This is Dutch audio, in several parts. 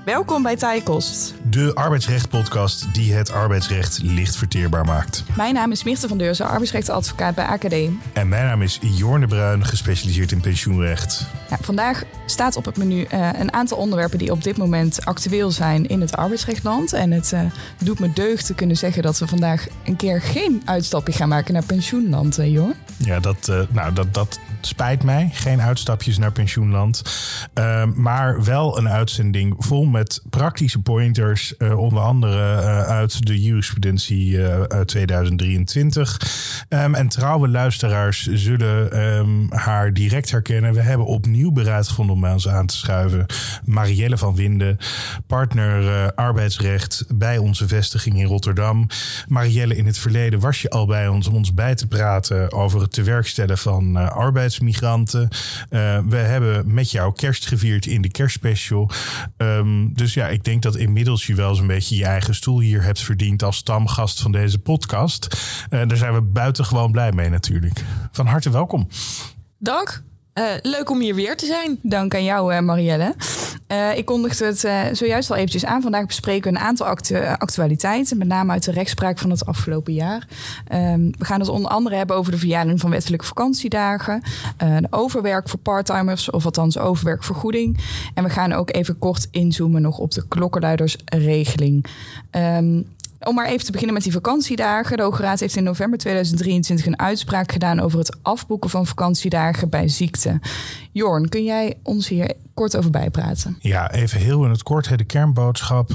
Welkom bij Taaienkost, de arbeidsrecht-podcast die het arbeidsrecht licht verteerbaar maakt. Mijn naam is Mirte van Deurzen, arbeidsrechtadvocaat bij AKD. En mijn naam is Jorn de Bruin, gespecialiseerd in pensioenrecht. Ja, vandaag staat op het menu een aantal onderwerpen die op dit moment actueel zijn in het arbeidsrechtland. En het doet me deugd te kunnen zeggen dat we vandaag een keer geen uitstapje gaan maken naar pensioenland, Jorn. Ja, dat spijt mij. Geen uitstapjes naar pensioenland. Maar wel een uitzending vol met praktische pointers. Onder andere uit de jurisprudentie uit 2023. En trouwe luisteraars zullen haar direct herkennen. We hebben opnieuw bereid gevonden om bij ons aan te schuiven. Marielle van Winden, partner arbeidsrecht bij onze vestiging in Rotterdam. Marielle, in het verleden was je al bij ons om ons bij te praten over het tewerkstellen van arbeidsmigranten. We hebben met jou kerst gevierd in de kerstspecial. Dus ja, ik denk dat inmiddels je wel zo'n beetje je eigen stoel hier hebt verdiend als stamgast van deze podcast. Daar zijn we buitengewoon blij mee natuurlijk. Van harte welkom. Dank. Leuk om hier weer te zijn. Dank aan jou, Marielle. Ik kondigde het zojuist al eventjes aan. Vandaag bespreken we een aantal actualiteiten, met name uit de rechtspraak van het afgelopen jaar. We gaan het onder andere hebben over de verjaring van wettelijke vakantiedagen, de overwerk voor parttimers, of althans overwerkvergoeding. En we gaan ook even kort inzoomen nog op de klokkenluidersregeling. Om maar even te beginnen met die vakantiedagen. De Hoge Raad heeft in november 2023 een uitspraak gedaan over het afboeken van vakantiedagen bij ziekte. Jorn, kun jij ons hier kort over bijpraten? Ja, even heel in het kort. De kernboodschap.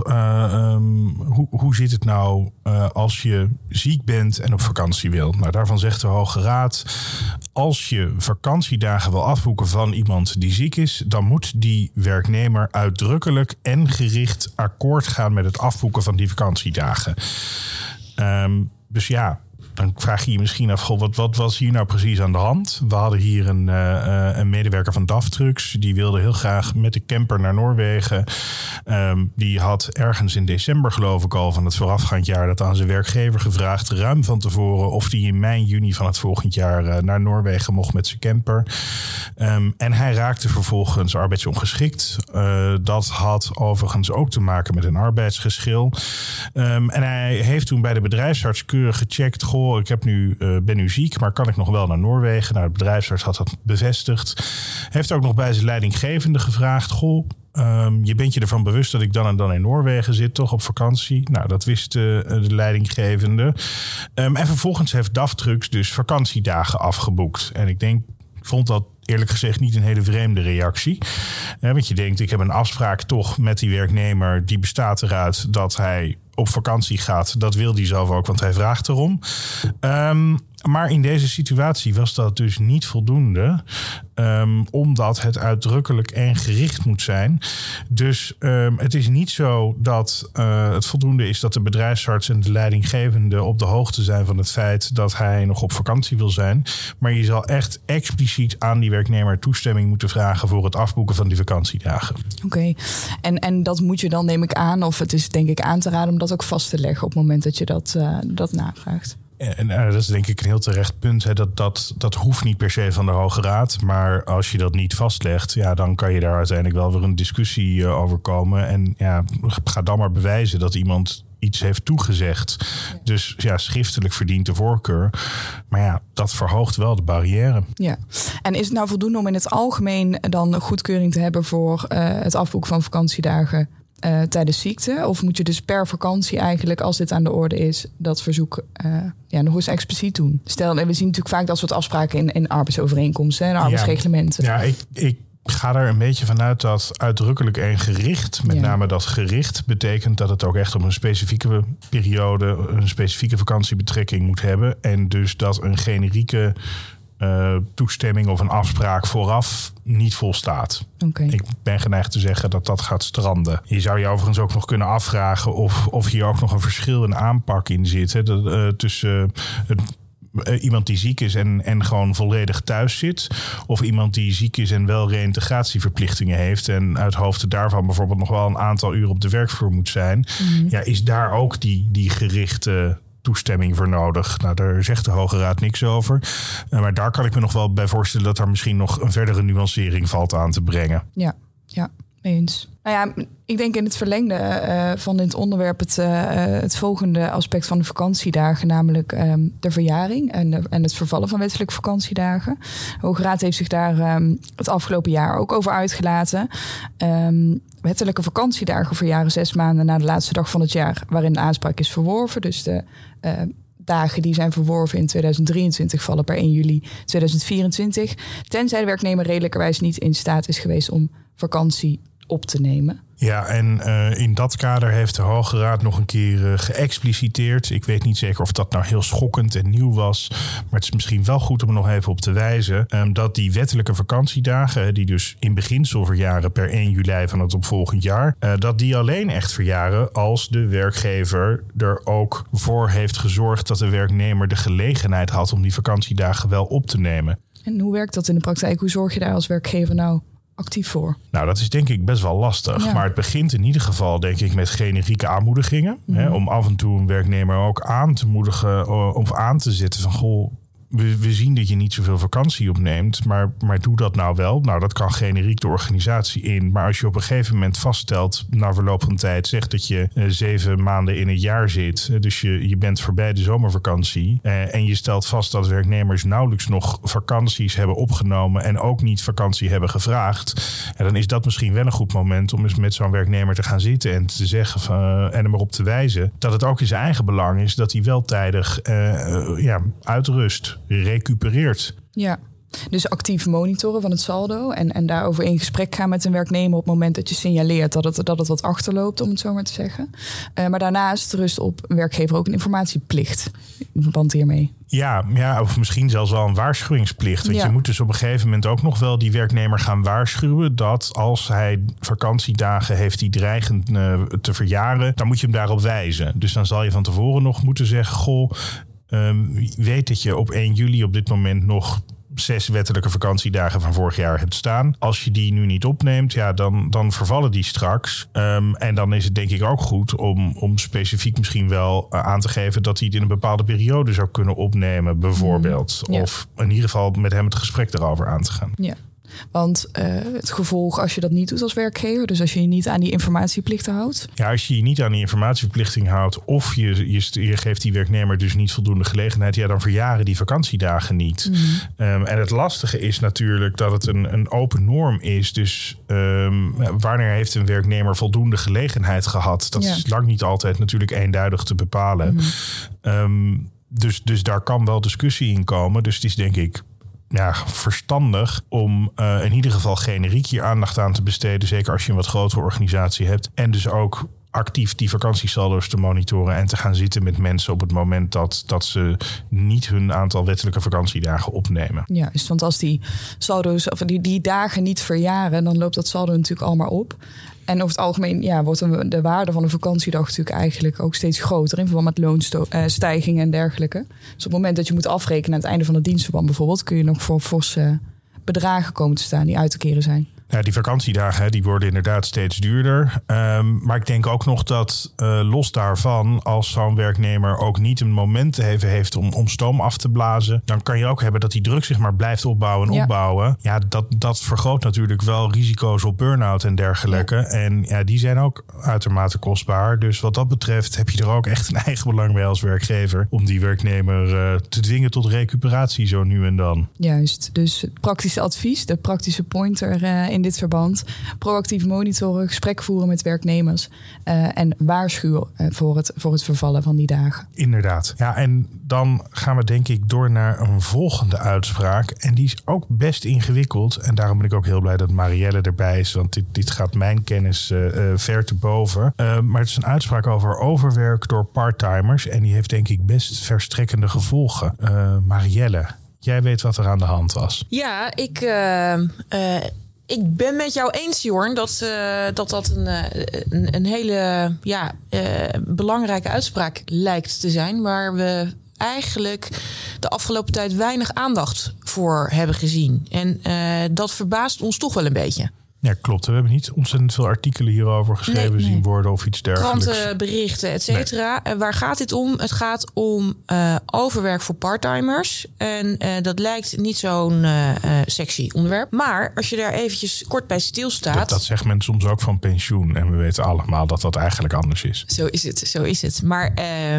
Hoe zit het nou als je ziek bent en op vakantie wilt? Nou, daarvan zegt de Hoge Raad, als je vakantiedagen wil afboeken van iemand die ziek is, dan moet die werknemer uitdrukkelijk en gericht akkoord gaan met het afboeken van die vakantiedagen. Dus ja, dan vraag je je misschien af, wat was hier nou precies aan de hand? We hadden hier een medewerker van DAF Trucks. Die wilde heel graag met de camper naar Noorwegen. Die had ergens in december, geloof ik al, van het voorafgaand jaar dat aan zijn werkgever gevraagd, ruim van tevoren, of hij in mei, juni van het volgend jaar naar Noorwegen mocht met zijn camper. En hij raakte vervolgens arbeidsongeschikt. Dat had overigens ook te maken met een arbeidsgeschil. En hij heeft toen bij de bedrijfsarts keurig gecheckt, ik ben nu ziek, maar kan ik nog wel naar Noorwegen? Nou, de bedrijfsarts had dat bevestigd. Heeft ook nog bij zijn leidinggevende gevraagd, je bent je ervan bewust dat ik dan en dan in Noorwegen zit, toch, op vakantie? Nou, dat wist de leidinggevende. En vervolgens heeft DAF Trucks dus vakantiedagen afgeboekt. En ik vond dat eerlijk gezegd niet een hele vreemde reactie. Want je denkt, ik heb een afspraak toch met die werknemer, die bestaat eruit dat hij op vakantie gaat. Dat wil hij zelf ook, want hij vraagt erom. Maar in deze situatie was dat dus niet voldoende, omdat het uitdrukkelijk en gericht moet zijn. Dus het is niet zo dat het voldoende is dat de bedrijfsarts en de leidinggevende op de hoogte zijn van het feit dat hij nog op vakantie wil zijn. Maar je zal echt expliciet aan die werknemer toestemming moeten vragen voor het afboeken van die vakantiedagen. Oké. En dat moet je dan, neem ik aan, of het is denk ik aan te raden om dat ook vast te leggen op het moment dat je dat navraagt. En dat is denk ik een heel terecht punt. Dat hoeft niet per se van de Hoge Raad. Maar als je dat niet vastlegt, ja, dan kan je daar uiteindelijk wel weer een discussie over komen. En ja, ga dan maar bewijzen dat iemand iets heeft toegezegd. Ja. Dus ja, schriftelijk verdient de voorkeur. Maar ja, dat verhoogt wel de barrière. Ja. En is het nou voldoende om in het algemeen dan goedkeuring te hebben voor het afboeken van vakantiedagen tijdens ziekte? Of moet je dus per vakantie eigenlijk, als dit aan de orde is, dat verzoek nog eens expliciet doen? Stel, we zien natuurlijk vaak dat soort afspraken in arbeidsovereenkomsten en arbeidsreglementen. Ja, ik ga er een beetje vanuit dat uitdrukkelijk en gericht, met name dat gericht, betekent dat het ook echt op een specifieke periode, een specifieke vakantiebetrekking moet hebben. En dus dat een generieke toestemming of een afspraak vooraf niet volstaat. Okay. Ik ben geneigd te zeggen dat dat gaat stranden. Je zou je overigens ook nog kunnen afvragen of hier ook nog een verschil in aanpak in zit. Tussen iemand die ziek is en gewoon volledig thuis zit. Of iemand die ziek is en wel reïntegratieverplichtingen heeft. En uit hoofde daarvan bijvoorbeeld nog wel een aantal uren op de werkvloer moet zijn. Mm-hmm. Ja, is daar ook die gerichte toestemming voor nodig? Nou, daar zegt de Hoge Raad niks over. Maar daar kan ik me nog wel bij voorstellen dat er misschien nog een verdere nuancering valt aan te brengen. Ja. Eens. Nou ja, ik denk in het verlengde van dit onderwerp het volgende aspect van de vakantiedagen, namelijk de verjaring en het vervallen van wettelijke vakantiedagen. De Hoge Raad heeft zich daar het afgelopen jaar ook over uitgelaten. Wettelijke vakantiedagen verjaren 6 maanden na de laatste dag van het jaar waarin de aanspraak is verworven. Dus de dagen die zijn verworven in 2023 vallen per 1 juli 2024. Tenzij de werknemer redelijkerwijs niet in staat is geweest om vakantie op te nemen. Ja, en in dat kader heeft de Hoge Raad nog een keer geëxpliciteerd. Ik weet niet zeker of dat nou heel schokkend en nieuw was. Maar het is misschien wel goed om er nog even op te wijzen. Dat die wettelijke vakantiedagen, die dus in beginsel verjaren per 1 juli van het opvolgend jaar. Dat die alleen echt verjaren als de werkgever er ook voor heeft gezorgd dat de werknemer de gelegenheid had om die vakantiedagen wel op te nemen. En hoe werkt dat in de praktijk? Hoe zorg je daar als werkgever nou actief voor? Nou, dat is denk ik best wel lastig. Ja. Maar het begint in ieder geval, denk ik, met generieke aanmoedigingen. Hè, om af en toe een werknemer ook aan te moedigen of aan te zetten van goh, we zien dat je niet zoveel vakantie opneemt, maar doe dat nou wel. Nou, dat kan generiek de organisatie in. Maar als je op een gegeven moment vaststelt, na verloop van tijd, zegt dat je 7 maanden in het jaar zit. Dus je bent voorbij de zomervakantie. En je stelt vast dat werknemers nauwelijks nog vakanties hebben opgenomen en ook niet vakantie hebben gevraagd. En dan is dat misschien wel een goed moment om eens met zo'n werknemer te gaan zitten en te zeggen en hem erop te wijzen dat het ook in zijn eigen belang is dat hij wel tijdig uitrust, recupereert. Ja, dus actief monitoren van het saldo en daarover in gesprek gaan met een werknemer op het moment dat je signaleert dat het wat achterloopt, om het zo maar te zeggen. Maar daarnaast rust op een werkgever ook een informatieplicht in verband hiermee. Ja, of misschien zelfs wel een waarschuwingsplicht. Want je moet dus op een gegeven moment ook nog wel die werknemer gaan waarschuwen dat als hij vakantiedagen heeft die dreigend te verjaren, dan moet je hem daarop wijzen. Dus dan zal je van tevoren nog moeten zeggen, goh, weet dat je op 1 juli op dit moment nog 6 wettelijke vakantiedagen van vorig jaar hebt staan. Als je die nu niet opneemt, ja, dan vervallen die straks. En dan is het denk ik ook goed om specifiek misschien wel aan te geven dat hij het in een bepaalde periode zou kunnen opnemen, bijvoorbeeld. Ja. Of in ieder geval met hem het gesprek erover aan te gaan. Ja. Want het gevolg als je dat niet doet als werkgever, dus als je je niet aan die informatieplichten houdt? Ja, als je je niet aan die informatieverplichting houdt of je geeft die werknemer dus niet voldoende gelegenheid, ja, dan verjaren die vakantiedagen niet. En het lastige is natuurlijk dat het een open norm is. Dus wanneer heeft een werknemer voldoende gelegenheid gehad? Dat is lang niet altijd natuurlijk eenduidig te bepalen. Dus daar kan wel discussie in komen. Dus het is denk ik verstandig om in ieder geval generiek hier aandacht aan te besteden. Zeker als je een wat grotere organisatie hebt. En dus ook actief die vakantiesaldo's te monitoren en te gaan zitten met mensen op het moment dat ze niet hun aantal wettelijke vakantiedagen opnemen. Ja, dus want als die saldo's of die dagen niet verjaren, dan loopt dat saldo natuurlijk al maar op. En over het algemeen wordt de waarde van een vakantiedag natuurlijk eigenlijk ook steeds groter in verband met loonstijgingen en dergelijke. Dus op het moment dat je moet afrekenen aan het einde van het dienstverband bijvoorbeeld, kun je nog voor forse bedragen komen te staan die uit te keren zijn. Ja, die vakantiedagen die worden inderdaad steeds duurder. Maar ik denk ook nog dat los daarvan, als zo'n werknemer ook niet een moment even heeft om stoom af te blazen, dan kan je ook hebben dat die druk zich maar blijft opbouwen en opbouwen. Ja, dat vergroot natuurlijk wel risico's op burn-out en dergelijke. Ja. En die zijn ook uitermate kostbaar. Dus wat dat betreft heb je er ook echt een eigen belang bij als werkgever om die werknemer te dwingen tot recuperatie zo nu en dan. Juist, dus het praktische advies, de praktische pointer in dit verband. Proactief monitoren, gesprek voeren met werknemers en waarschuwen voor het vervallen van die dagen. Inderdaad. Ja, en dan gaan we denk ik door naar een volgende uitspraak. En die is ook best ingewikkeld. En daarom ben ik ook heel blij dat Marielle erbij is. Want dit gaat mijn kennis ver te boven. Maar het is een uitspraak over overwerk door parttimers. En die heeft denk ik best verstrekkende gevolgen. Marielle, jij weet wat er aan de hand was. Ja, ik ben met jou eens, Jorn, dat een hele belangrijke uitspraak lijkt te zijn, waar we eigenlijk de afgelopen tijd weinig aandacht voor hebben gezien. En dat verbaast ons toch wel een beetje. Ja, klopt. We hebben niet ontzettend veel artikelen hierover geschreven zien worden of iets dergelijks. Krantenberichten, et cetera. Nee. Waar gaat dit om? Het gaat om overwerk voor parttimers. En dat lijkt niet zo'n sexy onderwerp. Maar als je daar eventjes kort bij stilstaat... Dat zegt men soms ook van pensioen. En we weten allemaal dat dat eigenlijk anders is. Zo is het. Maar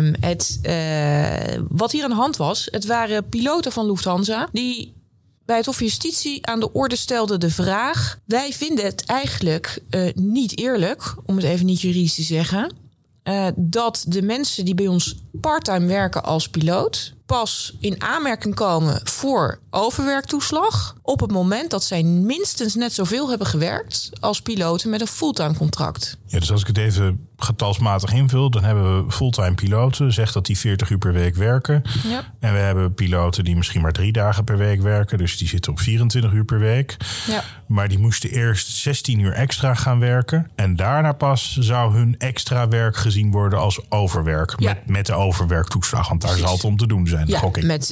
wat hier aan de hand was... het waren piloten van Lufthansa... die bij het Hof van Justitie aan de orde stelde de vraag... wij vinden het eigenlijk niet eerlijk, om het even niet juridisch te zeggen... dat de mensen die bij ons parttime werken als piloot... pas in aanmerking komen voor overwerktoeslag... op het moment dat zij minstens net zoveel hebben gewerkt... als piloten met een fulltime contract. Ja, dus als ik het even getalsmatig invul... dan hebben we fulltime piloten, zegt dat die 40 uur per week werken. Ja. En we hebben piloten die misschien maar 3 dagen per week werken. Dus die zitten op 24 uur per week. Ja. Maar die moesten eerst 16 uur extra gaan werken. En daarna pas zou hun extra werk gezien worden als overwerk. Ja. Met de overwerktoeslag, want daar zal het om te doen zijn. Ja, gok ik. met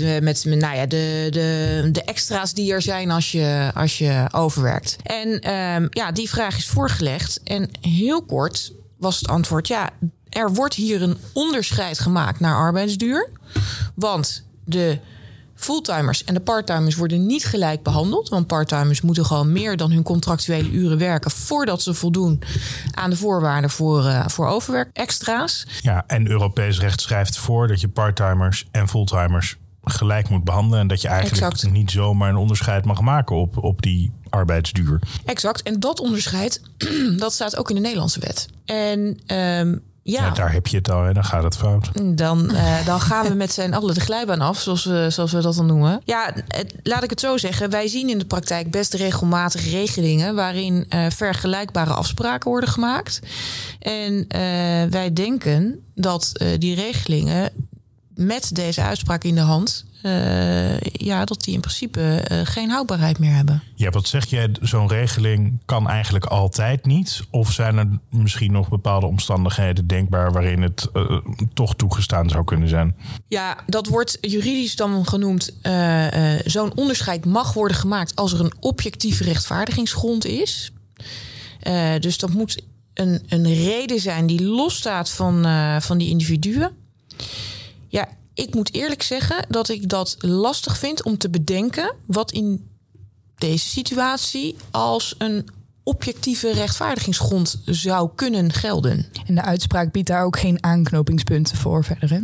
de extra's die er zijn als je overwerkt. En die vraag is voorgelegd. En heel kort was het antwoord... ja, er wordt hier een onderscheid gemaakt naar arbeidsduur. Want de fulltimers en de parttimers worden niet gelijk behandeld. Want parttimers moeten gewoon meer dan hun contractuele uren werken... voordat ze voldoen aan de voorwaarden voor overwerk extra's. Ja, en Europees recht schrijft voor dat je parttimers en fulltimers gelijk moet behandelen. En dat je eigenlijk niet zomaar een onderscheid mag maken op die arbeidsduur. Exact. En dat onderscheid, dat staat ook in de Nederlandse wet. En ja, daar heb je het al, hè? Dan gaat het fout. Dan gaan we met z'n allen de glijbaan af, zoals we dat dan noemen. Ja, laat ik het zo zeggen. Wij zien in de praktijk best regelmatig regelingen... waarin vergelijkbare afspraken worden gemaakt. En wij denken dat die regelingen met deze uitspraak in de hand... dat die in principe geen houdbaarheid meer hebben. Ja, wat zeg jij? Zo'n regeling kan eigenlijk altijd niet? Of zijn er misschien nog bepaalde omstandigheden denkbaar... waarin het toch toegestaan zou kunnen zijn? Ja, dat wordt juridisch dan genoemd... zo'n onderscheid mag worden gemaakt... als er een objectieve rechtvaardigingsgrond is. Dus dat moet een reden zijn die losstaat van die individuen. Ja, ik moet eerlijk zeggen dat ik dat lastig vind om te bedenken... wat in deze situatie als een objectieve rechtvaardigingsgrond zou kunnen gelden. En de uitspraak biedt daar ook geen aanknopingspunten voor verder, hè?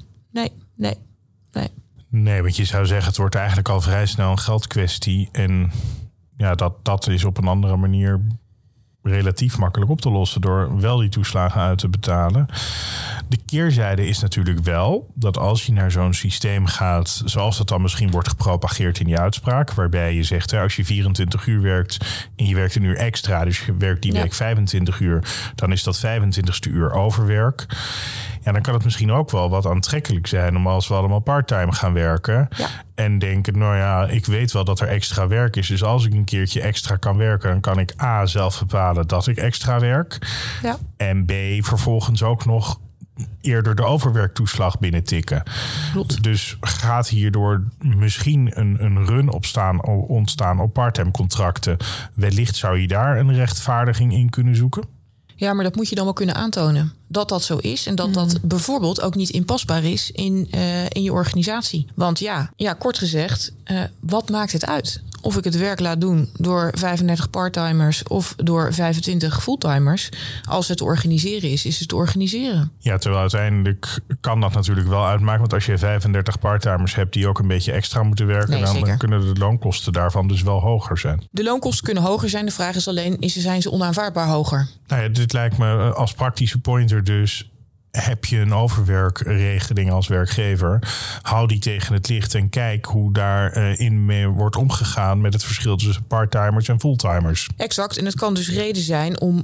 Nee, want je zou zeggen, het wordt eigenlijk al vrij snel een geldkwestie. En ja, dat is op een andere manier relatief makkelijk op te lossen... door wel die toeslagen uit te betalen. De keerzijde is natuurlijk wel dat als je naar zo'n systeem gaat... zoals dat dan misschien wordt gepropageerd in die uitspraak... waarbij je zegt, als je 24 uur werkt en je werkt een uur extra... dus je werkt die week 25 uur, dan is dat 25ste uur overwerk... Ja, dan kan het misschien ook wel wat aantrekkelijk zijn... om als we allemaal parttime gaan werken... en denken, nou ja, ik weet wel dat er extra werk is... dus als ik een keertje extra kan werken... dan kan ik A, zelf bepalen dat ik extra werk... Ja. en B, vervolgens ook nog eerder de overwerktoeslag binnentikken. Klopt. Dus gaat hierdoor misschien een run ontstaan op parttime contracten? Wellicht zou je daar een rechtvaardiging in kunnen zoeken? Ja, maar dat moet je dan wel kunnen aantonen. Dat zo is en dat bijvoorbeeld ook niet inpasbaar is in je organisatie. Want ja, kort gezegd, wat maakt het uit? Of ik het werk laat doen door 35 parttimers of door 25 fulltimers. Als het te organiseren is het te organiseren. Ja, terwijl uiteindelijk kan dat natuurlijk wel uitmaken. Want als je 35 parttimers hebt die ook een beetje extra moeten werken... dan kunnen de loonkosten daarvan dus wel hoger zijn. De loonkosten kunnen hoger zijn. De vraag is alleen, zijn ze onaanvaardbaar hoger? Nou ja, dit lijkt me als praktische pointer dus... Heb je een overwerkregeling als werkgever? Hou die tegen het licht en kijk hoe daarin mee wordt omgegaan... met het verschil tussen parttimers en fulltimers. Exact. En het kan dus reden zijn om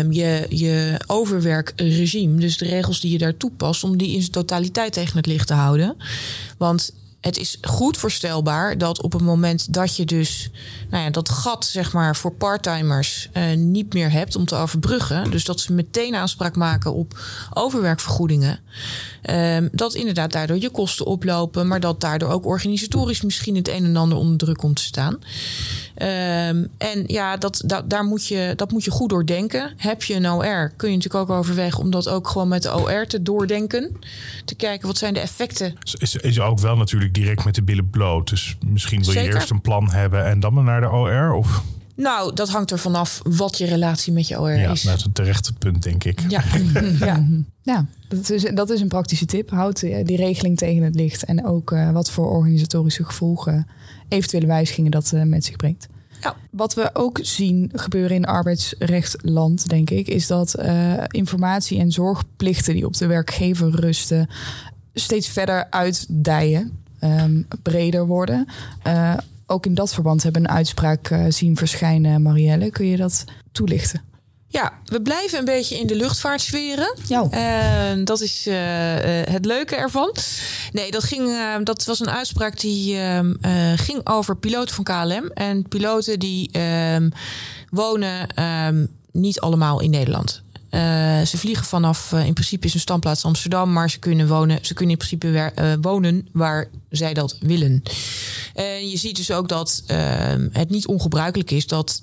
je overwerkregime... dus de regels die je daar toepast... om die in zijn totaliteit tegen het licht te houden. Want het is goed voorstelbaar dat op het moment dat je dus dat gat zeg maar voor parttimers niet meer hebt om te overbruggen, dus dat ze meteen aanspraak maken op overwerkvergoedingen, dat inderdaad daardoor je kosten oplopen, maar dat daardoor ook organisatorisch misschien het een en ander onder druk komt te staan. En ja, dat moet je goed doordenken. Heb je een OR, kun je natuurlijk ook overwegen om dat ook gewoon met de OR te doordenken. Te kijken, wat zijn de effecten? Is ook wel natuurlijk direct met de billen bloot. Dus misschien wil je Zeker. eerst een plan hebben en dan maar naar de OR? Of? Nou, dat hangt er vanaf wat je relatie met je OR is. Dat is een terechte punt, denk ik. Ja. Ja, dat is een praktische tip. Houd die regeling tegen het licht. En ook wat voor organisatorische gevolgen eventuele wijzigingen dat met zich brengt. Ja. Wat we ook zien gebeuren in arbeidsrechtland, denk ik, is dat informatie- en zorgplichten die op de werkgever rusten steeds verder uitdijen, breder worden. Ook in dat verband hebben we een uitspraak zien verschijnen, Marielle. Kun je dat toelichten? Ja, we blijven een beetje in de luchtvaartsferen. Dat is het leuke ervan. Nee, dat was een uitspraak die ging over piloten van KLM. En piloten die wonen niet allemaal in Nederland. Ze vliegen vanaf, in principe is hun standplaats Amsterdam, maar ze kunnen in principe wonen waar zij dat willen. Je ziet dus ook dat het niet ongebruikelijk is dat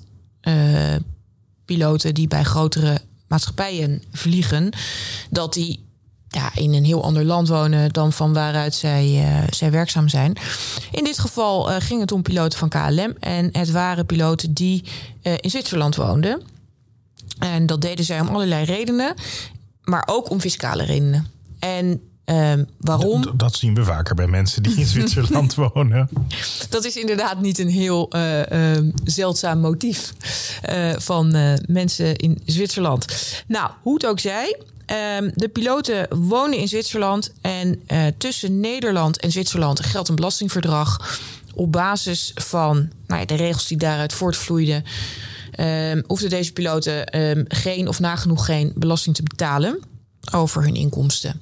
piloten die bij grotere maatschappijen vliegen, dat die in een heel ander land wonen dan van waaruit zij werkzaam zijn. In dit geval ging het om piloten van KLM en het waren piloten die in Zwitserland woonden. En dat deden zij om allerlei redenen, maar ook om fiscale redenen. En waarom? Dat zien we vaker bij mensen die in Zwitserland wonen. Dat is inderdaad niet een heel zeldzaam motief van mensen in Zwitserland. Nou, hoe het ook zij, de piloten wonen in Zwitserland en tussen Nederland en Zwitserland geldt een belastingverdrag. Op basis van de regels die daaruit voortvloeiden, hoefden deze piloten geen of nagenoeg geen belasting te betalen over hun inkomsten.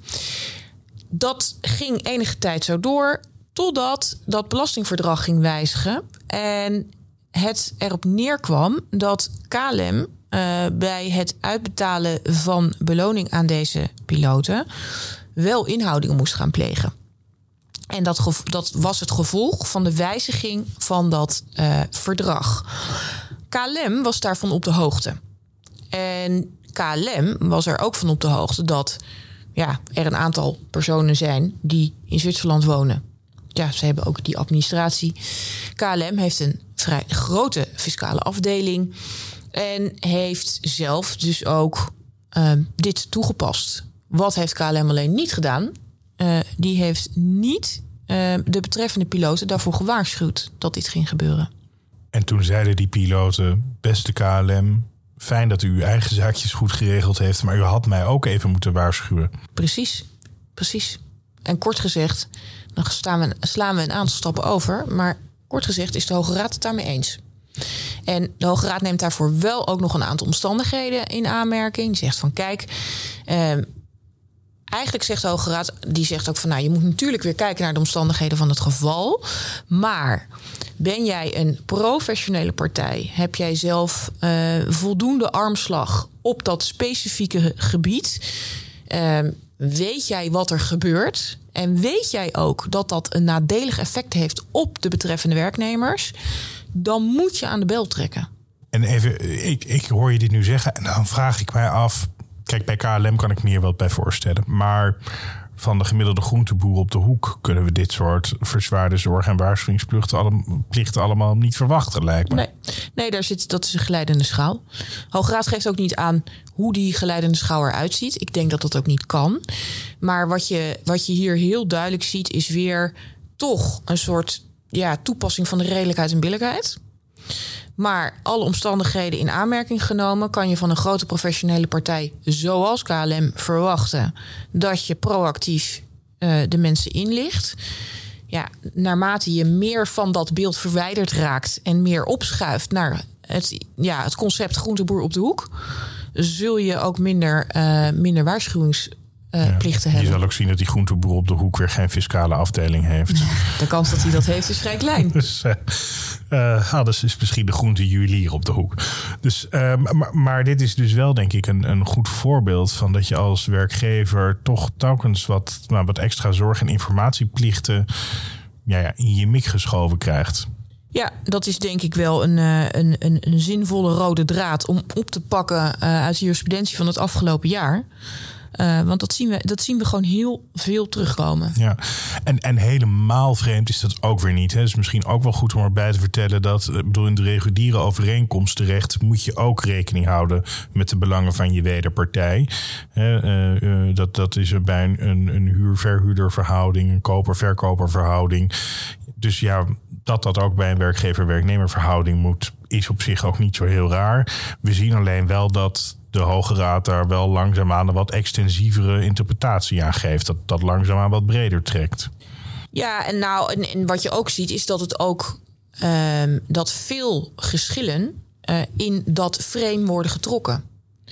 Dat ging enige tijd zo door, totdat dat belastingverdrag ging wijzigen. En het erop neerkwam dat KLM bij het uitbetalen van beloning aan deze piloten wel inhoudingen moest gaan plegen. En dat was het gevolg van de wijziging van dat verdrag. KLM was daarvan op de hoogte. En KLM was er ook van op de hoogte dat er een aantal personen zijn die in Zwitserland wonen. Ja, ze hebben ook die administratie. KLM heeft een vrij grote fiscale afdeling en heeft zelf dus ook dit toegepast. Wat heeft KLM alleen niet gedaan? Die heeft niet de betreffende piloten daarvoor gewaarschuwd dat dit ging gebeuren. En toen zeiden die piloten, beste KLM, fijn dat u uw eigen zaakjes goed geregeld heeft, maar u had mij ook even moeten waarschuwen. Precies. En kort gezegd, dan slaan we een aantal stappen over, maar kort gezegd is de Hoge Raad het daarmee eens. En de Hoge Raad neemt daarvoor wel ook nog een aantal omstandigheden in aanmerking. Die zegt van kijk, eigenlijk zegt de Hoge Raad, die zegt ook van je moet natuurlijk weer kijken naar de omstandigheden van het geval. Maar ben jij een professionele partij? Heb jij zelf voldoende armslag op dat specifieke gebied? Weet jij wat er gebeurt? En weet jij ook dat dat een nadelig effect heeft op de betreffende werknemers? Dan moet je aan de bel trekken. En even, ik hoor je dit nu zeggen en dan vraag ik mij af. Kijk, bij KLM kan ik me hier wel bij voorstellen. Maar van de gemiddelde groenteboer op de hoek kunnen we dit soort verzwaarde zorg- en waarschuwingsplichten allemaal niet verwachten, lijkt me. Nee, dat is een geleidende schaal. Hoge Raad geeft ook niet aan hoe die geleidende schaal eruit ziet. Ik denk dat dat ook niet kan. Maar wat je hier heel duidelijk ziet is weer toch een soort toepassing van de redelijkheid en billijkheid. Maar alle omstandigheden in aanmerking genomen kan je van een grote professionele partij zoals KLM verwachten dat je proactief de mensen inlicht. Ja, naarmate je meer van dat beeld verwijderd raakt en meer opschuift naar het concept groenteboer op de hoek, zul je ook minder waarschuwingsplichten hebben. Je zal ook zien dat die groenteboer op de hoek weer geen fiscale afdeling heeft. De kans dat hij dat heeft is vrij klein. Dus anders is misschien de groentejuwelier op de hoek. Dus, maar dit is dus wel, denk ik, een goed voorbeeld van dat je als werkgever toch telkens wat extra zorg- en informatieplichten in je mik geschoven krijgt. Ja, dat is denk ik wel een zinvolle rode draad om op te pakken uit de jurisprudentie van het afgelopen jaar. Want dat zien we gewoon heel veel terugkomen. Ja, en helemaal vreemd is dat ook weer niet. Het is misschien ook wel goed om erbij te vertellen dat, in de reguliere overeenkomstenrecht moet je ook rekening houden met de belangen van je wederpartij. Dat is bij een huur-verhuurderverhouding, een koper-verkoperverhouding. Dus ja, dat ook bij een werkgever-werknemerverhouding moet, is op zich ook niet zo heel raar. We zien alleen wel dat de Hoge Raad daar wel langzaamaan een wat extensievere interpretatie aan geeft. Dat langzaamaan wat breder trekt. Ja, en wat je ook ziet is dat het ook dat veel geschillen in dat frame worden getrokken.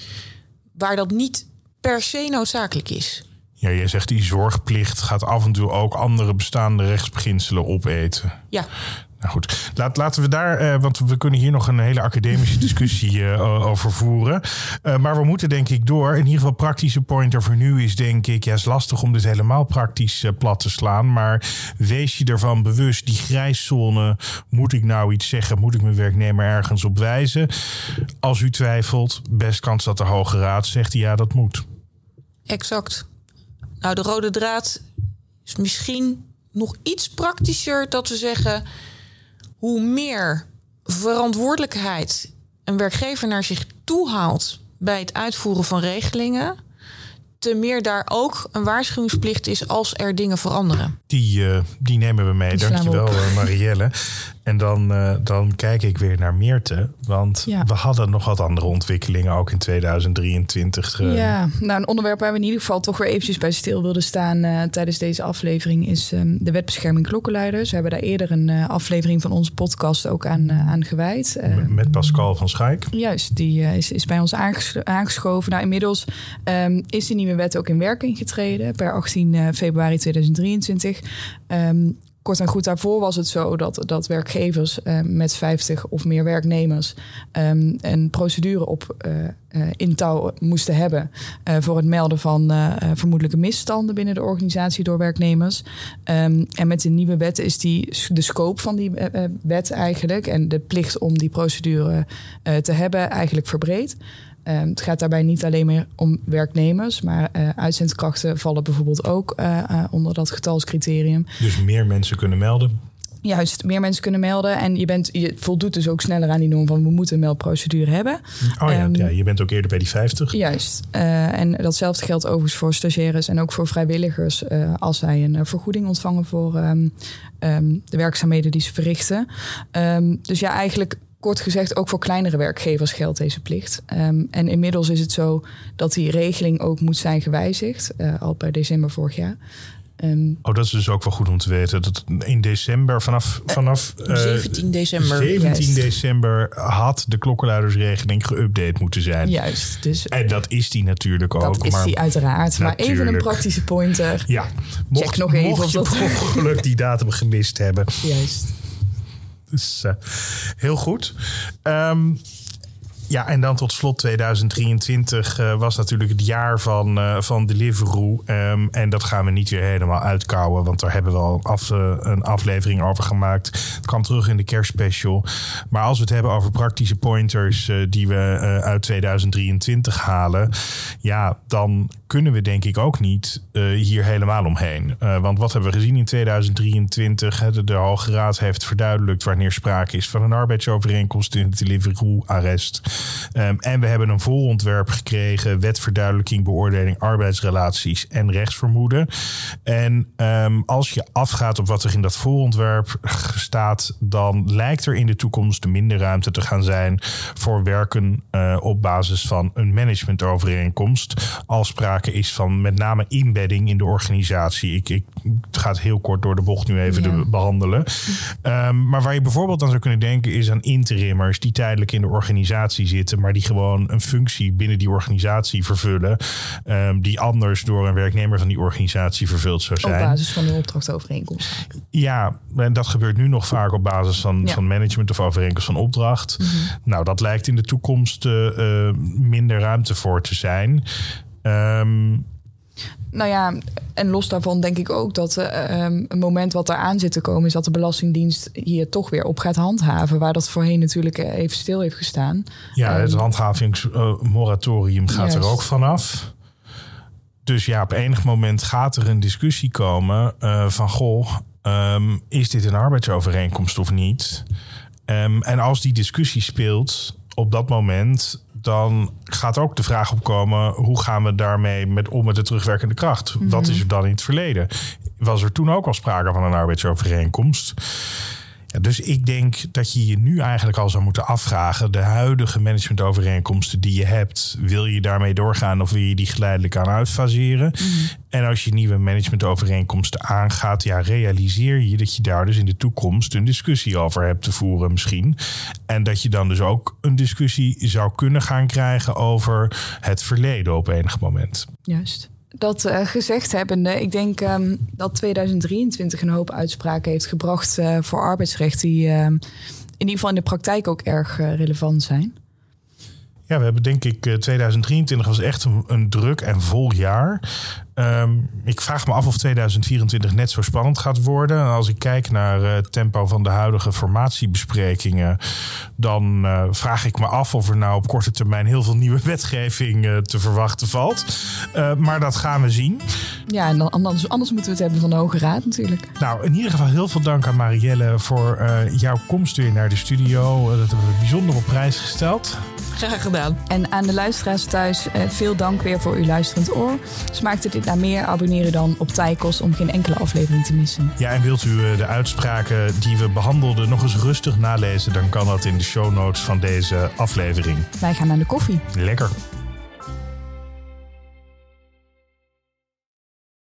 Waar dat niet per se noodzakelijk is. Ja, jij zegt die zorgplicht gaat af en toe ook andere bestaande rechtsbeginselen opeten. Ja. Nou goed, laten we daar, want we kunnen hier nog een hele academische discussie over voeren. Maar we moeten denk ik door. In ieder geval praktische pointer voor nu is denk ik, ja, is lastig om dit helemaal praktisch plat te slaan. Maar wees je ervan bewust, die grijszone, moet ik nou iets zeggen? Moet ik mijn werknemer ergens op wijzen? Als u twijfelt, best kans dat de Hoge Raad zegt, ja, dat moet. Exact. Nou, de rode draad is misschien nog iets praktischer dat we zeggen, hoe meer verantwoordelijkheid een werkgever naar zich toe haalt bij het uitvoeren van regelingen, te meer daar ook een waarschuwingsplicht is als er dingen veranderen. Die nemen we mee. Dankjewel, Marielle. En dan kijk ik weer naar Meerte. Want we hadden nog wat andere ontwikkelingen ook in 2023. Ja, nou een onderwerp waar we in ieder geval toch weer eventjes bij stil wilden staan tijdens deze aflevering is de wet bescherming klokkenluiders. We hebben daar eerder een aflevering van onze podcast ook aan gewijd. Met Pascal van Schaik. Juist, die is bij ons aangeschoven. Nou, inmiddels is die nieuwe wet ook in werking getreden per 18 februari 2023. Kort en goed, daarvoor was het zo dat werkgevers met 50 of meer werknemers een procedure in touw moesten hebben voor het melden van vermoedelijke misstanden binnen de organisatie door werknemers. En met de nieuwe wet is de scope van die wet eigenlijk en de plicht om die procedure te hebben eigenlijk verbreed. Het gaat daarbij niet alleen meer om werknemers, maar uitzendkrachten vallen bijvoorbeeld ook onder dat getalscriterium. Dus meer mensen kunnen melden? Juist, meer mensen kunnen melden. En je voldoet dus ook sneller aan die norm van we moeten een meldprocedure hebben. Oh ja, je bent ook eerder bij die 50. Juist. En datzelfde geldt overigens voor stagiaires en ook voor vrijwilligers als zij een vergoeding ontvangen voor de werkzaamheden die ze verrichten. Dus ja, eigenlijk kort gezegd, ook voor kleinere werkgevers geldt deze plicht. En inmiddels is het zo dat die regeling ook moet zijn gewijzigd, al per december vorig jaar. Dat is dus ook wel goed om te weten. Dat in december, vanaf 17 december. 17 december had de klokkenluidersregeling geüpdate moeten zijn. Juist. Dus, en dat is die natuurlijk ook. Dat is die uiteraard. Maar even een praktische pointer. Ja, check nog even mocht je per ongeluk die datum gemist hebben. Juist. Dus heel goed. Ja, en dan tot slot 2023 was natuurlijk het jaar van Deliveroo. En dat gaan we niet weer helemaal uitkouwen, want daar hebben we al een aflevering over gemaakt. Het kwam terug in de kerstspecial. Maar als we het hebben over praktische pointers die we uit 2023 halen, ja, dan kunnen we denk ik ook niet hier helemaal omheen. Want wat hebben we gezien in 2023? De Hoge Raad heeft verduidelijkt wanneer sprake is van een arbeidsovereenkomst in het Deliveroo-arrest. En we hebben een voorontwerp gekregen, wetverduidelijking, beoordeling, arbeidsrelaties en rechtsvermoeden. En als je afgaat op wat er in dat voorontwerp staat, dan lijkt er in de toekomst minder ruimte te gaan zijn voor werken op basis van een managementovereenkomst. Als sprake is van met name embedding in de organisatie. Ik ga het heel kort door de bocht nu even behandelen. Maar waar je bijvoorbeeld aan zou kunnen denken is aan interimmers die tijdelijk in de organisatie zitten, maar die gewoon een functie binnen die organisatie vervullen, die anders door een werknemer van die organisatie vervuld zou zijn. Op basis van de opdrachtovereenkomst. Ja, en dat gebeurt nu nog vaak op basis van management of overeenkomst van opdracht. Mm-hmm. Nou, dat lijkt in de toekomst minder ruimte voor te zijn. Nou ja, en los daarvan denk ik ook dat een moment wat eraan zit te komen... is dat de Belastingdienst hier toch weer op gaat handhaven... waar dat voorheen natuurlijk even stil heeft gestaan. Ja, het handhavingsmoratorium gaat er ook vanaf. Dus ja, op enig moment gaat er een discussie komen van... goh, is dit een arbeidsovereenkomst of niet? En als die discussie speelt op dat moment... dan gaat ook de vraag opkomen... hoe gaan we daarmee met de terugwerkende kracht? Mm-hmm. Wat is er dan in het verleden? Was er toen ook al sprake van een arbeidsovereenkomst? Ja, dus ik denk dat je nu eigenlijk al zou moeten afvragen... de huidige managementovereenkomsten die je hebt... wil je daarmee doorgaan of wil je die geleidelijk aan uitfaseren? Mm-hmm. En als je nieuwe managementovereenkomsten aangaat... ja, realiseer je dat je daar dus in de toekomst... een discussie over hebt te voeren misschien. En dat je dan dus ook een discussie zou kunnen gaan krijgen... over het verleden op enig moment. Juist. Dat gezegd hebbende, ik denk dat 2023 een hoop uitspraken heeft gebracht voor arbeidsrecht... die in ieder geval in de praktijk ook erg relevant zijn. Ja, we hebben denk ik 2023 was echt een druk en vol jaar. Ik vraag me af of 2024 net zo spannend gaat worden. En als ik kijk naar het tempo van de huidige formatiebesprekingen... dan vraag ik me af of er nou op korte termijn... heel veel nieuwe wetgeving te verwachten valt. Maar dat gaan we zien. Ja, en dan, anders moeten we het hebben van de Hoge Raad natuurlijk. Nou, in ieder geval heel veel dank aan Marielle... voor jouw komst weer naar de studio. Dat hebben we bijzonder op prijs gesteld. Graag gedaan. En aan de luisteraars thuis, veel dank weer voor uw luisterend oor. Smaakte dit naar meer? Abonneer u dan op Tijkos om geen enkele aflevering te missen. Ja, en wilt u de uitspraken die we behandelden nog eens rustig nalezen... dan kan dat in de show notes van deze aflevering. Wij gaan naar de koffie. Lekker.